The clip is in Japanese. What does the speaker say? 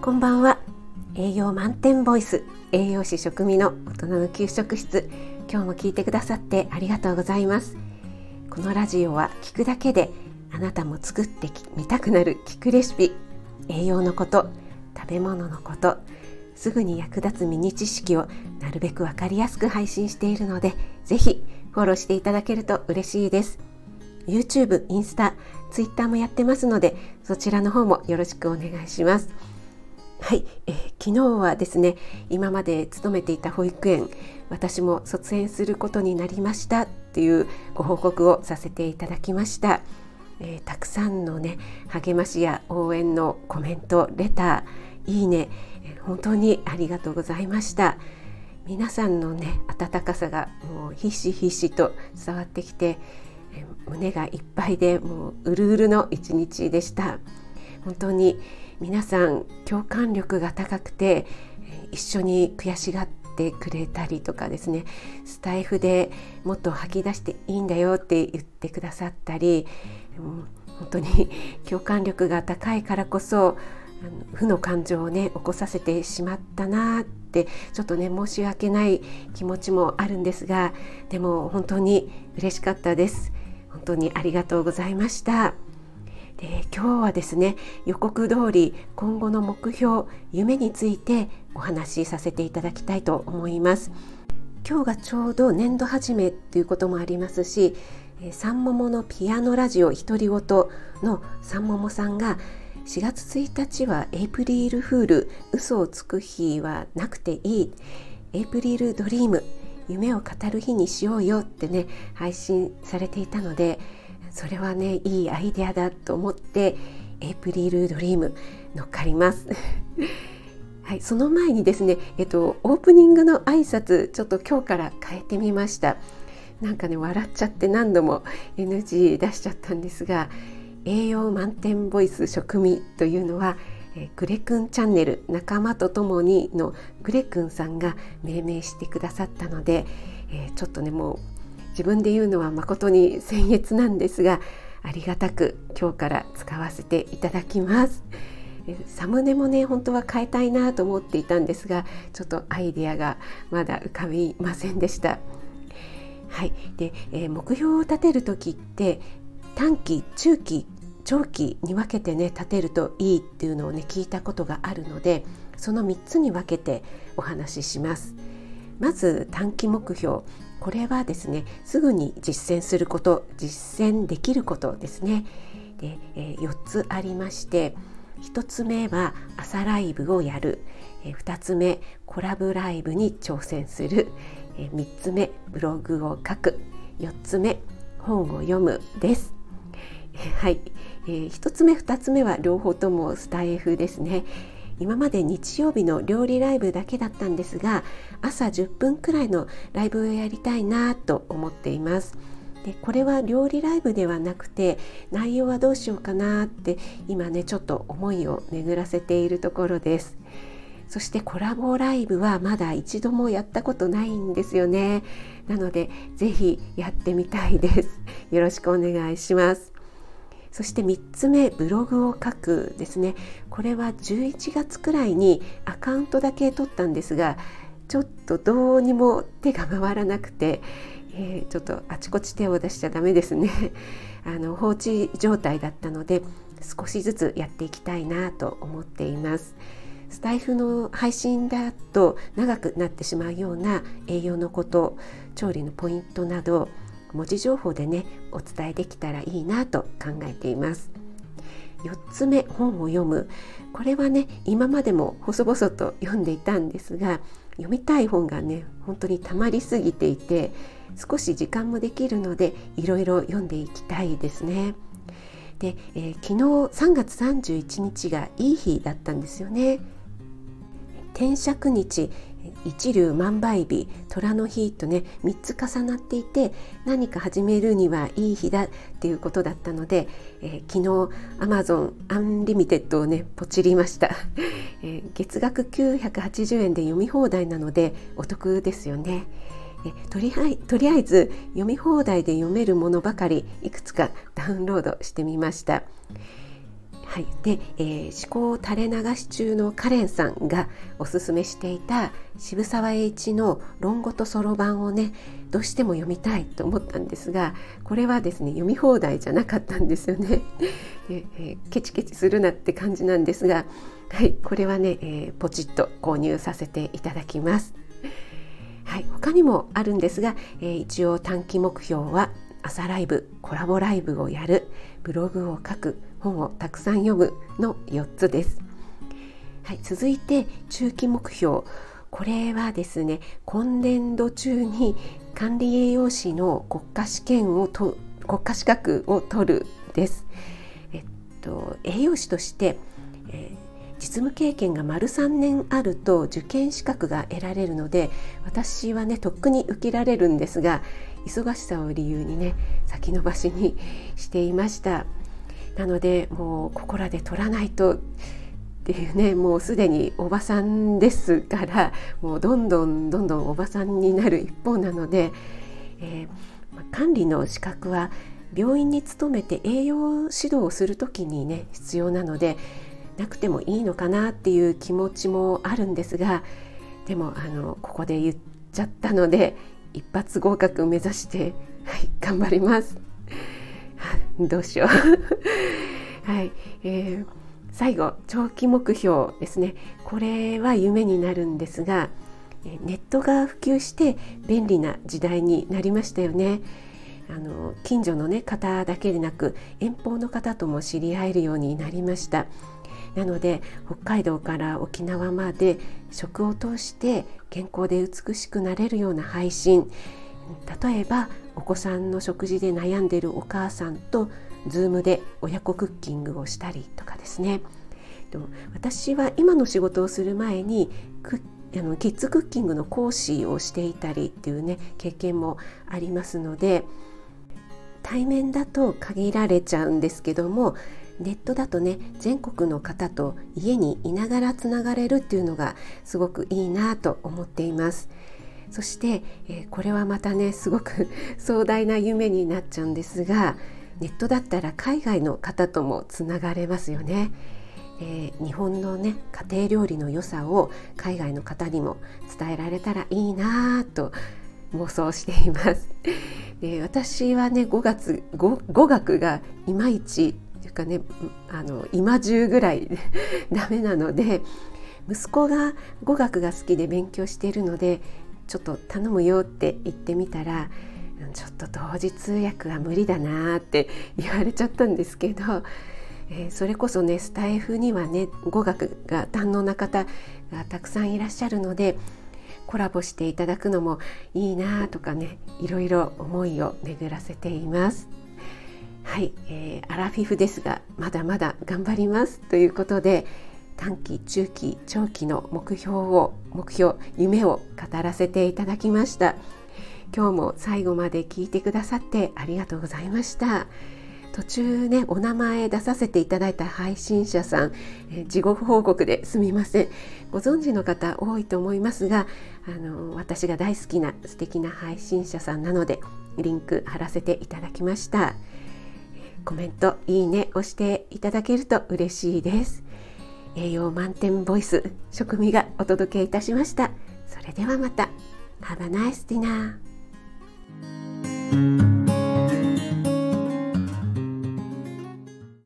こんばんは。栄養満点ボイス、栄養士食味の大人の給食室。今日も聞いてくださってありがとうございます。このラジオは聞くだけであなたも作ってみたくなる聞くレシピ、栄養のこと、食べ物のこと、すぐに役立つミニ知識をなるべくわかりやすく配信しているので、ぜひフォローしていただけると嬉しいです。YouTube、インスタ、Twitter もやってますので、そちらの方もよろしくお願いします。はい、昨日はですね、今まで勤めていた保育園、私も卒園することになりましたっていうご報告をさせていただきました。たくさんのね、励ましや応援のコメント、レター、いいね、本当にありがとうございました。皆さんのね、温かさがもうひしひしと伝わってきて、胸がいっぱいでもううるうるの一日でした。本当に皆さん共感力が高くて、一緒に悔しがってくれたりとかですね、スタイフでもっと吐き出していいんだよって言ってくださったり、本当に共感力が高いからこそ負の感情をね起こさせてしまったなってちょっとね申し訳ない気持ちもあるんですが、でも本当に嬉しかったです。本当にありがとうございました。で、今日はですね、予告通り今後の目標、夢についてお話しさせていただきたいと思います。今日がちょうど年度始めということもありますし、三桃のピアノラジオ独り言の三桃さんが4月1日はエイプリルフール、嘘をつく日はなくていい、エイプリルドリーム、夢を語る日にしようよってね配信されていたので、それはねいいアイデアだと思ってエイプリルドリーム乗っかりますはい、その前にですね、オープニングの挨拶ちょっと今日から変えてみました。なんかね笑っちゃって何度も NG 出しちゃったんですが、栄養満点ボイス食味というのはグレくんチャンネル、仲間とともにのグレくんさんが命名してくださったので、ちょっとねもう自分で言うのは誠に僭越なんですが、ありがたく今日から使わせていただきます。サムネもね本当は変えたいなと思っていたんですが、ちょっとアイデアがまだ浮かびませんでした。はい、で、目標を立てる時って短期、中期、長期に分けてね立てるといいっていうのをね聞いたことがあるので、その3つに分けてお話しします。まず短期目標、これはですねすぐに実践すること、実践できることですね。で、4つありまして、1つ目は朝ライブをやる、2つ目コラボライブに挑戦する、3つ目ブログを書く、4つ目本を読むです。はい、1つ目2つ目は両方ともスタイフですね。今まで日曜日の料理ライブだけだったんですが、朝10分くらいのライブをやりたいなと思っています。で、これは料理ライブではなくて、内容はどうしようかなって今ねちょっと思いを巡らせているところです。そしてコラボライブはまだ一度もやったことないんですよね。なのでぜひやってみたいです。よろしくお願いします。そして3つ目、ブログを書くですね。これは11月くらいにアカウントだけ取ったんですが、ちょっとどうにも手が回らなくて、ちょっとあちこち手を出しちゃダメですね放置状態だったので、少しずつやっていきたいなと思っています。スタイフの配信だと長くなってしまうような栄養のこと、調理のポイントなど文字情報でねお伝えできたらいいなと考えています。4つ目、本を読む。これはね今までも細々と読んでいたんですが、読みたい本がね本当にたまりすぎていて、少し時間もできるのでいろいろ読んでいきたいですね。で、昨日3月31日がいい日だったんですよね。天釈日、一粒万倍日、虎の日とね3つ重なっていて、何か始めるにはいい日だっていうことだったので、昨日 Amazon アンリミテッドをねポチりました、月額980円で読み放題なのでお得ですよね。とりあえず読み放題で読めるものばかりいくつかダウンロードしてみました。 はい、で、思考垂れ流し中のカレンさんがおすすめしていた渋沢栄一の論語とそろばんをね、どうしても読みたいと思ったんですが、これはですね読み放題じゃなかったんですよね。で、ケチケチするなって感じなんですが、はい、これはね、ポチッと購入させていただきます。はい、他にもあるんですが、一応短期目標は朝ライブ、コラボライブをやる、ブログを書く、本をたくさん読むの4つです。はい、続いて中期目標、これはですね、今年度中に管理栄養士の国家資格を取るです。栄養士として、実務経験が丸3年あると受験資格が得られるので、私はねとっくに受けられるんですが、忙しさを理由にね先延ばしにしていました。なのでもうここらで取らないとっていうね、もうすでにおばさんですから、もうどんどんおばさんになる一方なので、管理の資格は病院に勤めて栄養指導をするときにね必要なので、なくてもいいのかなっていう気持ちもあるんですが、でもここで言っちゃったので一発合格目指して、はい、頑張ります。どうしよう。はい、最後長期目標ですね。これは夢になるんですが、ネットが普及して便利な時代になりましたよね。近所の、方だけでなく遠方の方とも知り合えるようになりました。なので北海道から沖縄まで食を通して健康で美しくなれるような配信、例えばお子さんの食事で悩んでいるお母さんとZoomで親子クッキングをしたりとかですね。私は今の仕事をする前にキッズクッキングの講師をしていたりっていうね経験もありますので、対面だと限られちゃうんですけども、ネットだとね全国の方と家にいながらつながれるっていうのがすごくいいなと思っています。そして、これはまたねすごく壮大な夢になっちゃうんですが、ネットだったら海外の方ともつながれますよね。日本のね家庭料理の良さを海外の方にも伝えられたらいいなと妄想しています。で、私はね語学がいまいちというかね、今中ぐらいダメなので、息子が語学が好きで勉強しているのでちょっと頼むよって言ってみたら、ちょっと同時通訳は無理だなって言われちゃったんですけど、それこそねスタイフにはね語学が堪能な方がたくさんいらっしゃるので、コラボしていただくのもいいなとかね、いろいろ思いを巡らせています。はい、アラフィフですがまだまだ頑張りますということで、短期、中期、長期の目標、夢を語らせていただきました。今日も最後まで聞いてくださってありがとうございました。途中ねお名前出させていただいた配信者さん、事後報告ですみません。ご存知の方多いと思いますが、私が大好きな素敵な配信者さんなのでリンク貼らせていただきました。コメント、いいね押していただけると嬉しいです。栄養満点ボイス、食味がお届けいたしました。それではまた。Have a nice dinner.